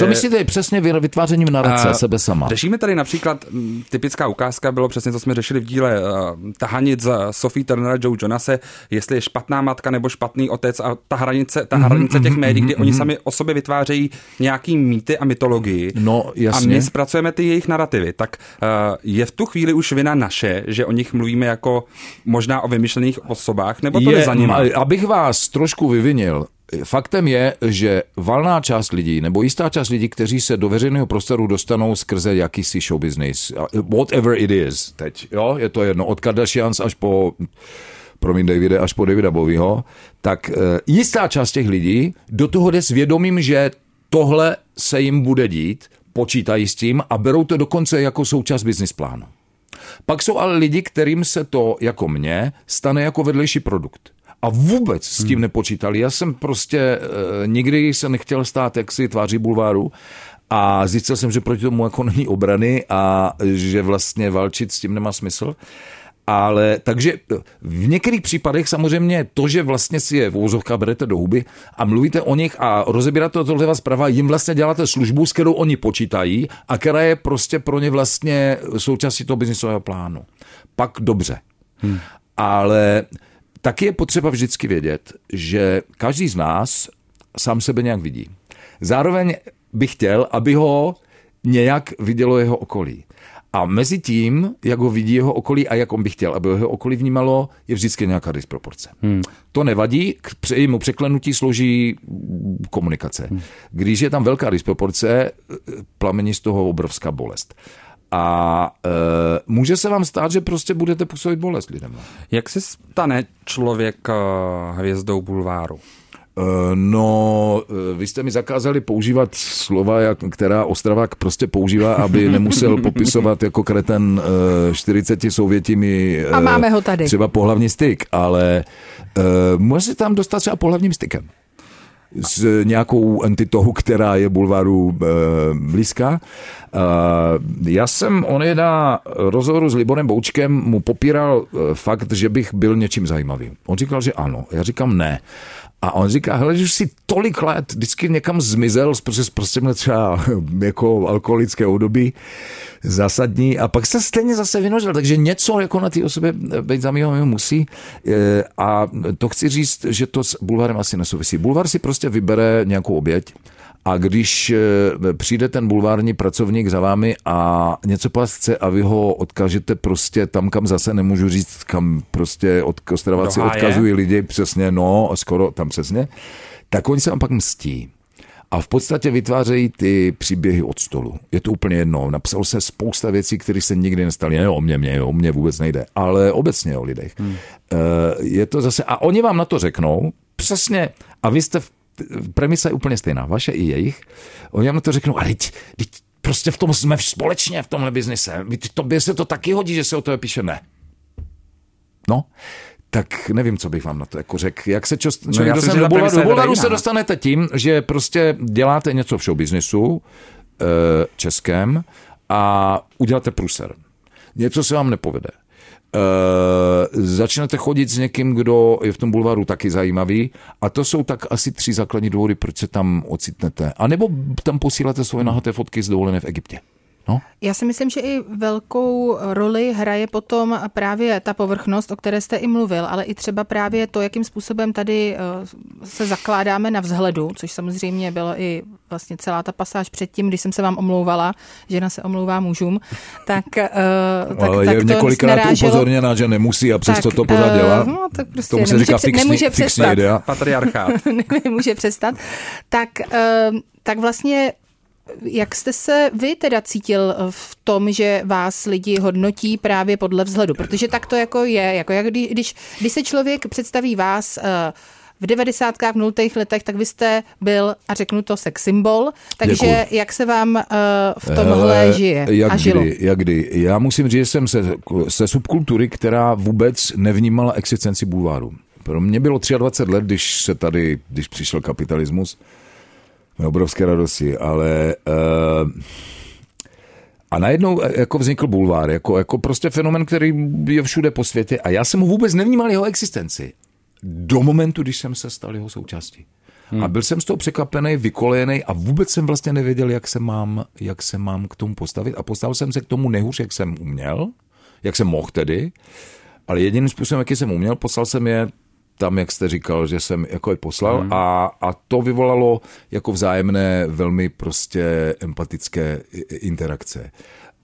přesně vytvářením narace uh, sebe sama. Řešíme tady například, typická ukázka bylo přesně, co jsme řešili v díle uh, tahanic Sophie Turnera, Joe Jonase, jestli je špatná matka nebo špatný otec a ta hranice, ta hranice těch médií, kdy oni sami o sobě vytvářejí nějaký mýty a mytologii. No, jasně. A my zpracujeme ty jejich narrativy. Tak uh, je v tu chvíli už vina naše, že o nich mluvíme jako možná o vymyšlených osobách, nebo to je, nezajímá? Abych vás trošku vyvinil, faktem je, že valná část lidí, nebo jistá část lidí, kteří se do veřejného prostoru dostanou skrze jakýsi show business, whatever it is teď, jo, je to jedno, od Kardashians až po, promiň Davide, až po Davida Bowieho, tak jistá část těch lidí do toho jde s vědomím, že tohle se jim bude dít, počítají s tím a berou to dokonce jako součást business plánu. Pak jsou ale lidi, kterým se to, jako mně, stane jako vedlejší produkt. A vůbec s tím nepočítali. Já jsem prostě e, nikdy se nechtěl stát jaksi tváří bulváru a zjistil jsem, že proti tomu jako není obrany a že vlastně válčit s tím nemá smysl. Ale takže v některých případech samozřejmě to, že vlastně si je v úvozovkách berete do huby a mluvíte o nich a rozebíráte to tohle zprava, jim vlastně děláte službu, s kterou oni počítají a která je prostě pro ně vlastně součástí toho biznisového plánu. Pak dobře. Hmm. Ale taky je potřeba vždycky vědět, že každý z nás sám sebe nějak vidí. Zároveň bych chtěl, aby ho nějak vidělo jeho okolí. A mezi tím, jak ho vidí jeho okolí a jak on by chtěl, aby ho jeho okolí vnímalo, je vždycky nějaká disproporce. Hmm. To nevadí, k jejímu překlenutí slouží komunikace. Hmm. Když je tam velká disproporce, plamení z toho obrovská bolest. A e, může se vám stát, že prostě budete působit bolest lidem. Jak se stane člověk hvězdou bulváru? No, vy jste mi zakázali používat slova, která Ostravák prostě používá, aby nemusel popisovat jako kreten čtyřiceti souvětími a máme ho tady. Třeba pohlavní styk, ale může se tam dostat třeba pohlavním stykem s nějakou entitou, která je bulváru e, blízká. E, já jsem, on je na rozhovoru s Liborem Boučkem, mu popíral e, fakt, že bych byl něčím zajímavým. On říkal, že ano. Já říkám ne. A on říká, hele, že už si tolik let vždycky někam zmizel, protože prostě měl třeba jako alkoholické období zásadní a pak se stejně zase vynožil, takže něco jako na té osobě být zajímavý musí a to chci říct, že to s bulvárem asi nesouvisí. Bulvár si prostě vybere nějakou oběť a když přijde ten bulvární pracovník za vámi a něco po vás chce a vy ho odkážete prostě tam, kam zase nemůžu říct, kam prostě od Ostraváci odkazují lidi přesně, no, skoro tam přesně, tak oni se vám pak mstí. A v podstatě vytvářejí ty příběhy od stolu. Je to úplně jedno. Napsalo se spousta věcí, které se nikdy nestaly. Ne o mně, mě, o mně vůbec nejde, ale obecně o lidech. Hmm. Je to zase, a oni vám na to řeknou, přesně, a vy jste v premisa je úplně stejná, vaše i jejich. Oni vám na to řeknou, ale teď, teď prostě v tom jsme společně v tomhle biznise. Tobě se to taky hodí, že se o to píše ne. No, tak nevím, co bych vám na to jako řekl. Jak se čo, člověk no, dostane do bulváru? Do bulváru se dostanete tím, že prostě děláte něco v showbiznisu e, českém a uděláte průser. Něco se vám nepovede. Uh, začnete chodit s někým, kdo je v tom bulváru taky zajímavý a to jsou tak asi tři základní důvody, proč se tam ocitnete. A nebo tam posíláte svoje nahaté fotky z dovolené v Egyptě. No? Já si myslím, že i velkou roli hraje potom právě ta povrchnost, o které jste i mluvil, ale i třeba právě to, jakým způsobem tady se zakládáme na vzhledu, což samozřejmě bylo i vlastně celá ta pasáž předtím, když jsem se vám omlouvala, žena se omlouvá mužům, tak, tak, ale tak je to několikrát naráželo... upozorněna, že nemusí a přesto tak, to pořád dělá. No, tak prostě tomu se říká fixní, nemůže fixní přestat. idea. Patriarchát. Nemůže přestat. Tak, tak vlastně jak jste se vy teda cítil v tom, že vás lidi hodnotí právě podle vzhledu? Protože tak to jako je, jako jak když, když se člověk představí vás v devadesátkách, v nultých letech, tak vy jste byl, a řeknu to, sex symbol, takže děkuji. Jak se vám v tomhle Hele, žije jak a žilo? Kdy, jak kdy. Já musím říct, že jsem se, se subkultury, která vůbec nevnímala existenci bulváru. Pro mě bylo dvacet tři let, když se tady, když přišel kapitalismus, obrovské radosti, ale uh, a najednou jako vznikl bulvár, jako, jako prostě fenomen, který je všude po světě a já jsem ho vůbec nevnímal jeho existenci do momentu, když jsem se stal jeho součástí. Hmm. A byl jsem z toho překvapený, vykolejený a vůbec jsem vlastně nevěděl, jak se mám, jak se mám k tomu postavit. A postavil jsem se k tomu nejhůř, jak jsem uměl, jak jsem mohl tedy, ale jediným způsobem, jaký jsem uměl, poslal jsem je tam, jak jste říkal, že jsem jako je poslal hmm. a, a to vyvolalo jako vzájemné velmi prostě empatické interakce.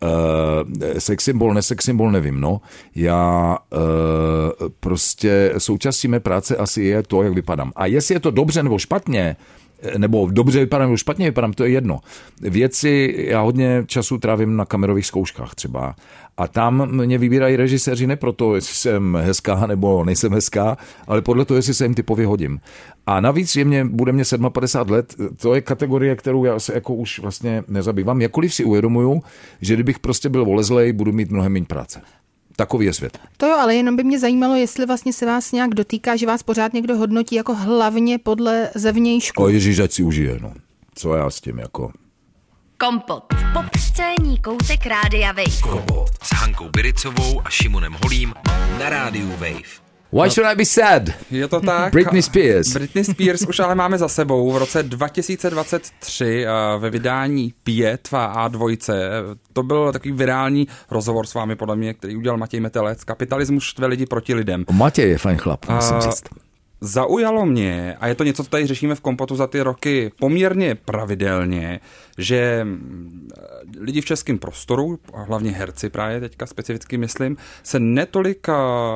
Uh, sex symbol, nesex symbol, nevím, no. Já uh, prostě součástí mé práce asi je to, jak vypadám. A jestli je to dobře nebo špatně, nebo dobře vypadám, nebo špatně vypadám, to je jedno. Věci, já hodně času trávím na kamerových zkouškách třeba. A tam mě vybírají režiséři ne proto, jestli jsem hezká nebo nejsem hezká, ale podle toho, jestli se jim typově hodím. A navíc je mě, bude mě padesát sedm let, to je kategorie, kterou já se jako už vlastně nezabývám. Jakkoliv si uvědomuju, že kdybych prostě byl volezlej, budu mít mnohem méně práce. Takový je svět. To jo, ale jenom by mě zajímalo, jestli vlastně se vás nějak dotýká, že vás pořád někdo hodnotí jako hlavně podle zevnějšku. O ježiš, ať si užije, no. Co já s tím jako... Kompot. Popscénní koutek Rádia Wave. Kompot s Hankou Biricovou a Šimonem Holím na Rádiu Wave. Why should I be sad? Je to tak. Britney Spears. Britney Spears už ale máme za sebou. V roce dva tisíce dvacet tři ve vydání Pět v á dva. To byl takový virální rozhovor s vámi, podle mě, který udělal Matěj Metelec. Kapitalismus štve lidi proti lidem. Matěj je fajn chlap, musím říct. Zaujalo mě, a je to něco, co tady řešíme v Kompotu za ty roky poměrně pravidelně, že lidi v českém prostoru, hlavně herci právě teďka specificky myslím, se netolik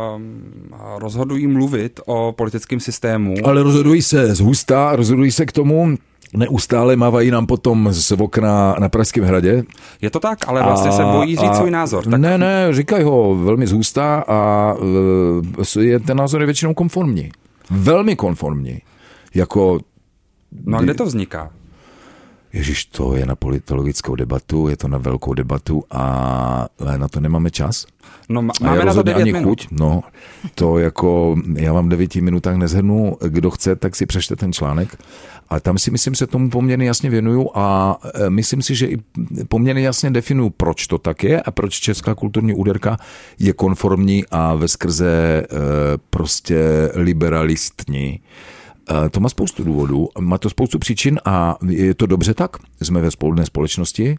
rozhodují mluvit o politickém systému. Ale rozhodují se zhusta, rozhodují se k tomu, neustále mávají nám potom z okna na Pražském hradě. Je to tak, ale vlastně a, se bojí říct a, svůj názor. Tak... Ne, ne, říkají ho velmi zhusta a je, ten názor je většinou konformní. Velmi konformní. Jako... No a kde to vzniká? Ježiš, to je na politologickou debatu, je to na velkou debatu a na to nemáme čas. No má, máme na to devět ani minut. Chuť, no, to jako, já vám v devíti minutách nezhrnu, kdo chce, tak si přečte ten článek. A tam si myslím, se tomu poměrně jasně věnuju a myslím si, že i poměrně jasně definuju, proč to tak je a proč česká kulturní úderka je konformní a veskrze prostě liberalistní. To má spoustu důvodů, má to spoustu příčin a je to dobře tak. Jsme ve společné společnosti.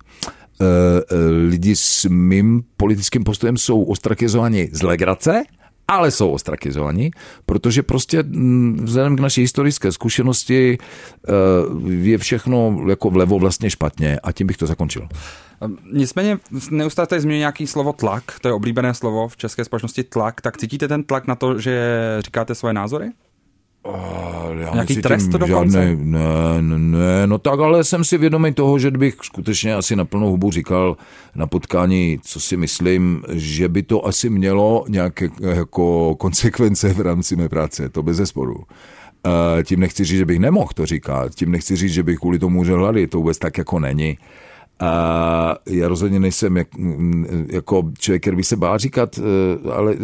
Lidi s mým politickým postojem jsou ostrakizovaní z legrace, ale jsou ostrakizovaní, protože prostě vzhledem k naší historické zkušenosti je všechno jako vlevo vlastně špatně a tím bych to zakončil. Nicméně neustále tady zmiňuje nějaký slovo tlak, to je oblíbené slovo v české společnosti tlak, tak cítíte ten tlak na to, že říkáte svoje názory? Já Nějaký trest to dokonce? Žádný, ne, ne, ne, no tak, ale jsem si vědomý toho, že bych skutečně asi na plnou hubu říkal na potkání, co si myslím, že by to asi mělo nějaké jako konsekvence v rámci mé práce, to bez zesporu. Tím nechci říct, že bych nemohl to říkat, tím nechci říct, že bych kvůli tomu můžel hladit, to vůbec tak jako není. A já rozhodně nejsem jak, jako člověk, který by se bál říkat, ale...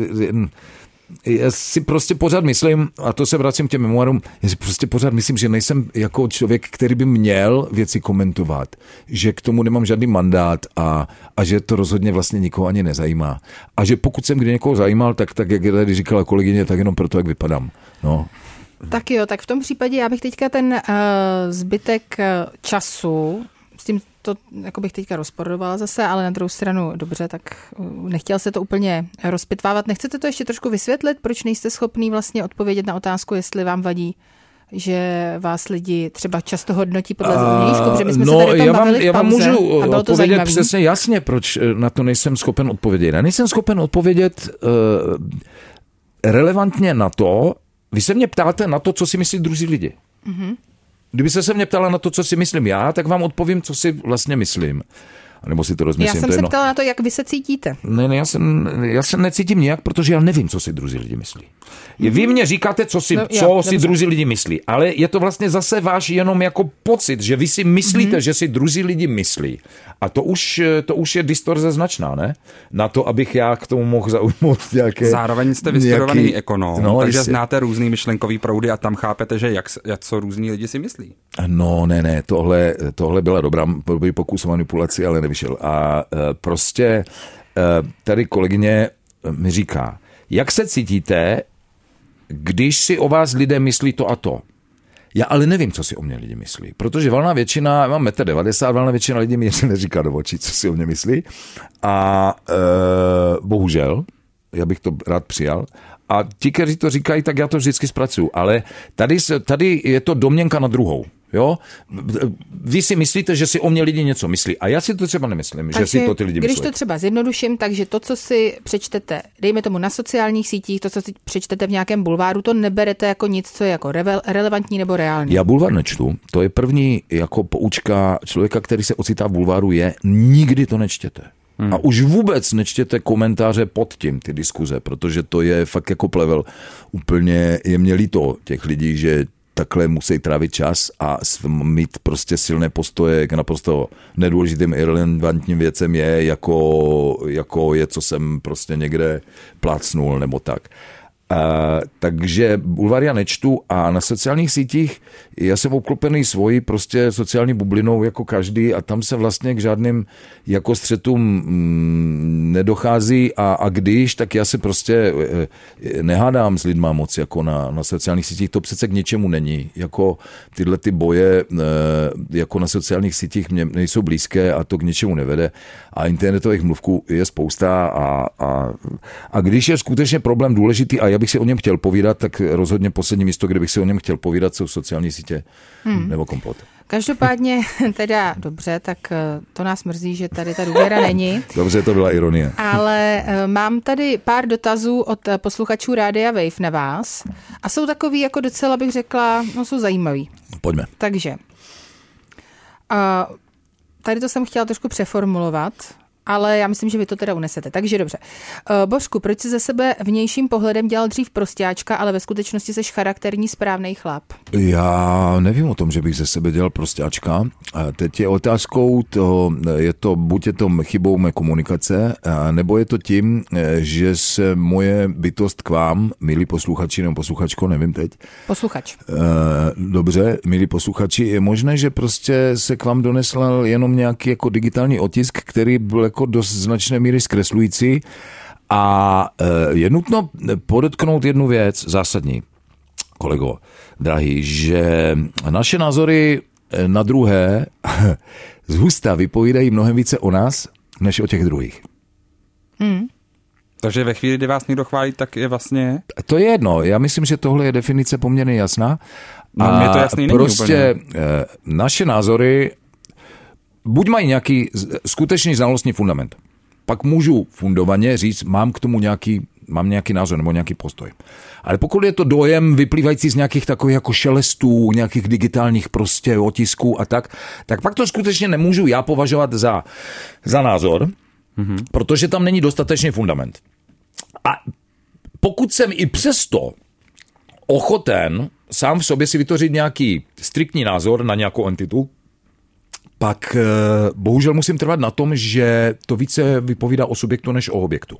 Já si prostě pořád myslím, a to se vracím k těm memoárům, já si prostě pořád myslím, že nejsem jako člověk, který by měl věci komentovat, že k tomu nemám žádný mandát a, a že to rozhodně vlastně nikoho ani nezajímá. A že pokud jsem kdy někoho zajímal, tak, tak jak tady říkala kolegyně, tak jenom proto, jak vypadám. No. Tak jo, tak v tom případě já bych teďka ten uh, zbytek času, s tím to jako bych teďka rozporovala zase, ale na druhou stranu dobře, tak nechtěl se to úplně rozpitvávat. Nechcete to ještě trošku vysvětlit, proč nejste schopný vlastně odpovědět na otázku, jestli vám vadí, že vás lidi třeba často hodnotí podle zvnějšku, protože my jsme no, se tady tam já vám, bavili v já vám pauze můžu a bylo to odpovědět zajímavý. Přesně jasně, proč na to nejsem schopen odpovědět. Já nejsem schopen odpovědět uh, relevantně na to, vy se mě ptáte na to, co si myslí druzí lidi. Mm-hmm. Kdyby se mě ptala na to, co si myslím já, tak vám odpovím, co si vlastně myslím. Nebo si to rozmyslím. Já jsem to se jedno. ptala na to, jak vy se cítíte. Ne, ne, já se, já se necítím nijak, protože já nevím, co si druzí lidi myslí. Mm-hmm. Vy mě říkáte, co si, no, co jo, si druzí lidi myslí, ale je to vlastně zase váš jenom jako pocit, že vy si myslíte, mm-hmm. že si druzí lidi myslí. A to už, to už je distorze značná, ne? Na to, abych já k tomu mohl zaujmout nějaké... Zároveň jste vystudovaný nějaký... ekonom, no, takže jsi... znáte různý myšlenkový proudy a tam chápete, že jak, jak co různí lidi si myslí. No, ne, ne, tohle, tohle byla dobrá pokus o manipulaci, ale nevyšel. A uh, prostě uh, tady kolegyně mi říká, jak se cítíte, když si o vás lidé myslí to a to? Já ale nevím, co si o mě lidi myslí, protože valná většina, já mám metr devadesát, valná většina lidí mi něco neříká do očí, co si o mě myslí. A e, bohužel, já bych to rád přijal. A ti, kteří to říkají, tak já to vždycky zpracuju. Ale tady, se, tady je to domněnka na druhou. Jo? Vy si myslíte, že si o mě lidi něco myslí. A já si to třeba nemyslím, takže, že si to ty lidi když myslí. Když to třeba zjednoduším, takže to, co si přečtete, dejme tomu na sociálních sítích, to, co si přečtete v nějakém bulváru, to neberete jako nic, co je jako rele- relevantní nebo reálný. Já bulvár nečtu. To je první jako poučka člověka, který se ocitá v bulváru, je nikdy to nečtěte. Hmm. A už vůbec nečtěte komentáře pod tím, ty diskuze, protože to je fakt jako plevel. Úplně je mě líto těch lidí, že takhle musí trávit čas a mít prostě silné postoje k naprosto nedůležitým irrelevantním věcem je jako, jako je, co jsem prostě někde plácnul nebo tak. Uh, takže bulvár já nečtu a na sociálních sítích já jsem obklopený svojí prostě sociální bublinou jako každý a tam se vlastně k žádným jako střetům mm, nedochází a, a když, tak já se prostě eh, nehádám s lidma moc jako na, na sociálních sítích, to přece k ničemu není. Jako tyhle ty boje eh, jako na sociálních sítích mě nejsou blízké a to k ničemu nevede a internetových mluvků je spousta a, a, a když je skutečně problém důležitý a já bych si o něm chtěl povídat, tak rozhodně poslední místo, kde bych si o něm chtěl povídat, jsou sociální sítě hmm. nebo Kompot. Každopádně teda dobře, tak to nás mrzí, že tady ta důvěra není. Dobře, to byla ironie. Ale mám tady pár dotazů od posluchačů Rádia Wave na vás a jsou takový, jako docela bych řekla, no jsou zajímavý. Pojďme. Takže tady to jsem chtěla trošku přeformulovat, ale já myslím, že vy to teda unesete. Takže dobře. Božku, proč jsi ze sebe vnějším pohledem dělal dřív prostáčka, ale ve skutečnosti jsi charakterní správnej chlap? Já nevím o tom, že bych ze sebe dělal prostáčka. Teď je otázkou, to, je to, buď je to chybou mé komunikace, nebo je to tím, že se moje bytost k vám, milí posluchači nebo posluchačko, nevím teď. Posluchač. Dobře, milí posluchači, je možné, že prostě se k vám donesl jenom nějaký jako digitální otisk, který byl jako do značné míry zkreslující a je nutno podotknout jednu věc zásadní, kolego, drahý, že naše názory na druhé zhusta vypovídají mnohem více o nás, než o těch druhých. Hmm. Takže ve chvíli, kdy vás někdo chválí, tak je vlastně... To je jedno, já myslím, že tohle je definice poměrně jasná. No, a mě to jasný není prostě úplně. Naše názory buď mají nějaký skutečný znalostní fundament. Pak můžu fundovaně říct, mám k tomu nějaký, mám nějaký názor nebo nějaký postoj. Ale pokud je to dojem vyplývající z nějakých takových jako šelestů, nějakých digitálních prostě otisků a tak, tak pak to skutečně nemůžu já považovat za, za názor, mm-hmm. protože tam není dostatečný fundament. A pokud jsem i přesto ochoten sám v sobě si vytvořit nějaký striktní názor na nějakou entitu, pak bohužel musím trvat na tom, že to více vypovídá o subjektu než o objektu.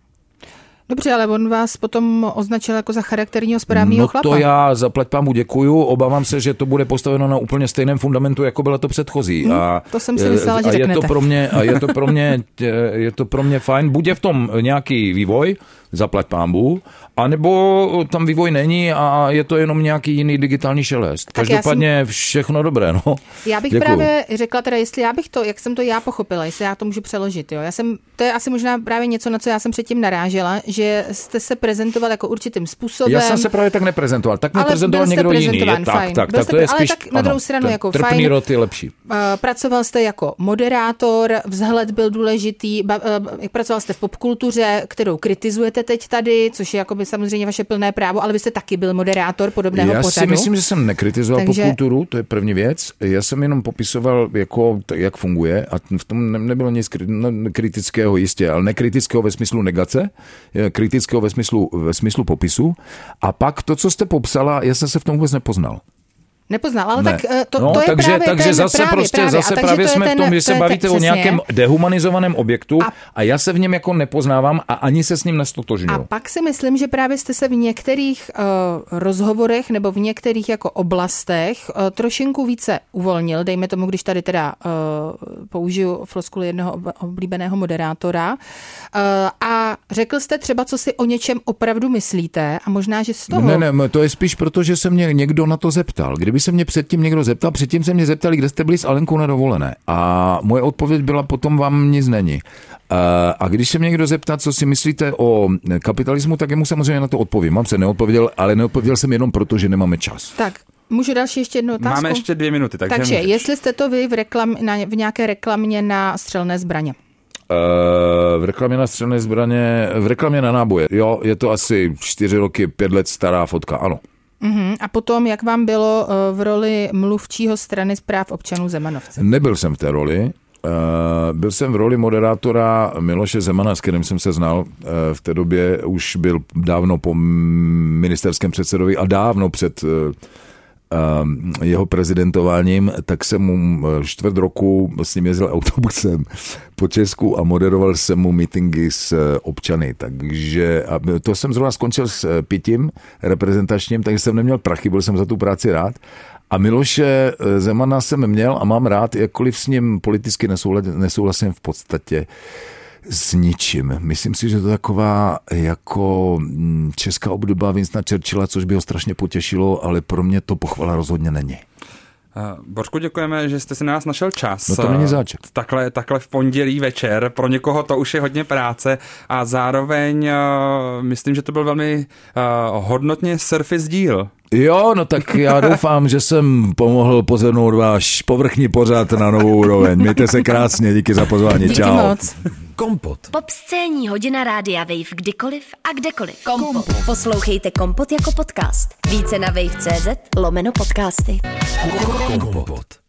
Dobře, ale on vás potom označil jako za charakterního správného no chlapa. No to já zaplať pámu děkuju, obávám se, že to bude postaveno na úplně stejném fundamentu, jako byla to předchozí. Hmm, a, to jsem si myslela, že a řeknete. Je to pro mě, a je to pro mě, je to pro mě fajn. Buď je v tom nějaký vývoj, zaplať pámbu, anebo tam vývoj není a je to jenom nějaký jiný digitální šelest. Každopádně jsem... všechno dobré, no. Já bych Děkuju. právě řekla teda, jestli já bych to, jak jsem to já pochopila, jestli já to můžu přeložit, jo. Já jsem, to je asi možná právě něco, na co já jsem předtím narážela, že jste se prezentoval jako určitým způsobem. Já jsem se právě tak neprezentoval, tak mě prezentoval někdo jiný. Je, tak, fajn. tak, tak, tak to je ale spíš, tak na druhou stranu ano, jako trpný fajn. rod je lepší. Uh, pracoval jste jako moderátor, vzhled byl důležitý, ba, uh, pracoval jste v popkultuře, kterou kritizujete teď tady, což je jakoby samozřejmě vaše plné právo, ale vy jste taky byl moderátor podobného Já pořadu. Já si myslím, že jsem nekritizoval Takže... popkulturu, to je první věc. Já jsem jenom popisoval, jako, jak funguje a v tom nebylo nic kritického jistě, ale nekritického ve smyslu negace, kritického ve smyslu, ve smyslu popisu. A pak to, co jste popsala, já jsem se v tom vůbec nepoznal. Nepoznal, ale ne. tak to, no, to je takže, právě takže ten, zase právě, prostě právě. zase právě to jsme ten, v tom, že se bavíte ten, o nějakém přesně. dehumanizovaném objektu a, a, a já se v něm jako nepoznávám a ani se s ním nestotožňuji. A pak si myslím, že právě jste se v některých uh, rozhovorech nebo v některých jako oblastech uh, trošinku více uvolnil, dejme tomu, když tady teda uh, použiju floskuli jednoho oblíbeného moderátora uh, a řekl jste třeba, co si o něčem opravdu myslíte a možná, že z toho... Ne, ne, to je spíš proto, že se mě někdo na to zeptal. Kdyby kdyby se mě předtím někdo zeptal, předtím se mě zeptali, kde jste byli s Alenkou na dovolené. A moje odpověď byla, potom vám nic není. A když se mě někdo zeptá, co si myslíte o kapitalismu, tak jemu samozřejmě na to odpovím. Mám se neodpověděl, ale neodpověděl jsem jenom proto, že nemáme čas. Tak. Můžu další ještě jednu otázku? Máme ještě dvě minuty. Takže, takže jestli jste to vy v, reklam, na, v nějaké reklamě na střelné zbraně? Uh, v reklamě na střelné zbraně, v reklamě na náboje. Jo, je to asi čtyři roky, pět let stará fotka, ano. Uh-huh. A potom, jak vám bylo uh, v roli mluvčího strany práv občanů Zemanovce? Nebyl jsem v té roli. Uh, byl jsem v roli moderátora Miloše Zemana, s kterým jsem se znal. Uh, v té době už byl dávno po ministerském předsedovi a dávno před uh, jeho prezidentováním, tak jsem mu čtvrt roku s ním jezdil autobusem po Česku a moderoval jsem mu meetingy s občany. Takže a to jsem zrovna skončil s pětím reprezentačním, takže jsem neměl prachy, byl jsem za tu práci rád. A Miloše Zemana jsem měl a mám rád, jakkoliv s ním politicky nesouhlasím v podstatě s ničím. Myslím si, že to je taková jako česká obdoba Winstona Churchilla, což by ho strašně potěšilo, ale pro mě to pochvala rozhodně není. Bořku, děkujeme, že jste si na nás našel čas. No to není záč. Takhle, takhle v pondělí večer. Pro někoho to už je hodně práce a zároveň uh, myslím, že to byl velmi uh, hodnotně surface díl. Jo, no tak já doufám, že jsem pomohl pozvednout váš povrchní pořad na novou úroveň. Mějte se krásně, díky za pozvání. Díky Čau. moc. Kompot. Popscénní hodina Rádia Wave kdykoliv a kdekoliv. Kompot. Poslouchejte Kompot jako podcast. Více na wave tečka cz lomeno podcasty. Kompot.